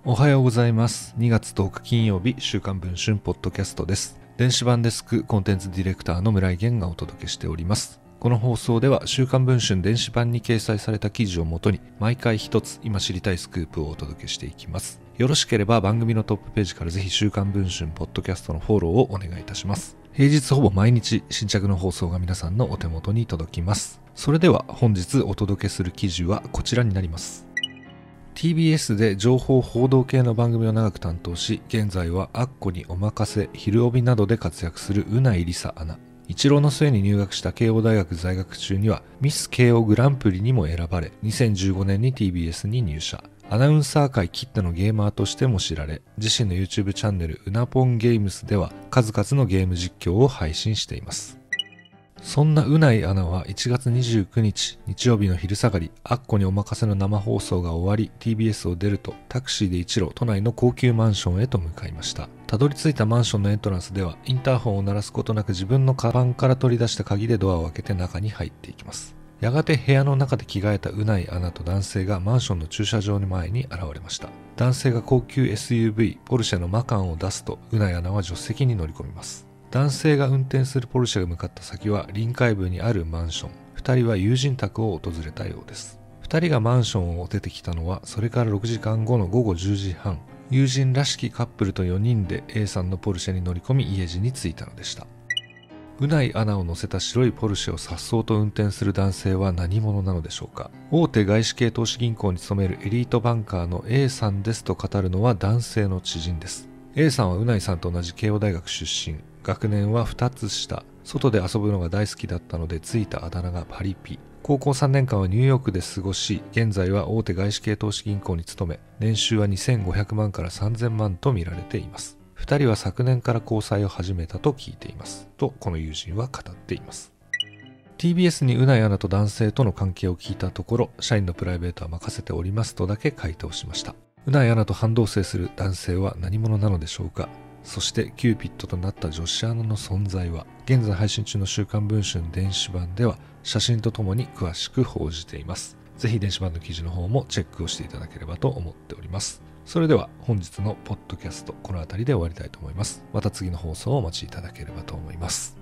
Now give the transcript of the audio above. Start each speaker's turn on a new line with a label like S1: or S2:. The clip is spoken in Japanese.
S1: おはようございます。2月10日金曜日、週刊文春ポッドキャストです。電子版デスクコンテンツディレクターの村井源がお届けしております。この放送では週刊文春電子版に掲載された記事をもとに毎回一つ今知りたいスクープをお届けしていきます。よろしければ番組のトップページからぜひ週刊文春ポッドキャストのフォローをお願いいたします。平日ほぼ毎日新着の放送が皆さんのお手元に届きます。それでは本日お届けする記事はこちらになります。TBS で情報報道系の番組を長く担当し、現在はアッコにおまかせ、昼帯などで活躍するうないりさアナ。一浪の末に入学した慶応大学在学中にはミス慶応グランプリにも選ばれ、2015年に TBS に入社。アナウンサー界きってのゲーマーとしても知られ、自身の YouTube チャンネルうなぽんゲームスでは数々のゲーム実況を配信しています。そんなうないアナは1月29日日曜日の昼下がり、アッコにおまかせの生放送が終わり TBS を出るとタクシーで一路都内の高級マンションへと向かいました。たどり着いたマンションのエントランスではインターホンを鳴らすことなく自分のカバンから取り出した鍵でドアを開けて中に入っていきます。やがて部屋の中で着替えたうないアナと男性がマンションの駐車場の前に現れました。男性が高級 SUV ポルシェのマカンを出すとうないアナは助手席に乗り込みます。男性が運転するポルシェが向かった先は臨海部にあるマンション。2人は友人宅を訪れたようです。2人がマンションを出てきたのはそれから6時間後の午後10時半。友人らしきカップルと4人で A さんのポルシェに乗り込み家路に着いたのでした。うないアナを乗せた白いポルシェを颯爽と運転する男性は何者なのでしょうか。大手外資系投資銀行に勤めるエリートバンカーの A さんですと語るのは男性の知人です。A さんはうないさんと同じ慶応大学出身。学年は2つ下。外で遊ぶのが大好きだったのでついたあだ名がパリピ。高校3年間はニューヨークで過ごし、現在は大手外資系投資銀行に勤め、年収は2500万から3000万と見られています。2人は昨年から交際を始めたと聞いています。と、この友人は語っています。TBS にうないアナと男性との関係を聞いたところ、社員のプライベートは任せておりますとだけ回答しました。うないアナと半同棲する男性は何者なのでしょうか。そしてキューピッドとなった女子アナの存在は、現在配信中の週刊文春電子版では写真とともに詳しく報じています。ぜひ電子版の記事の方もチェックをしていただければと思っております。それでは本日のポッドキャストこの辺りで終わりたいと思います。また次の放送をお待ちいただければと思います。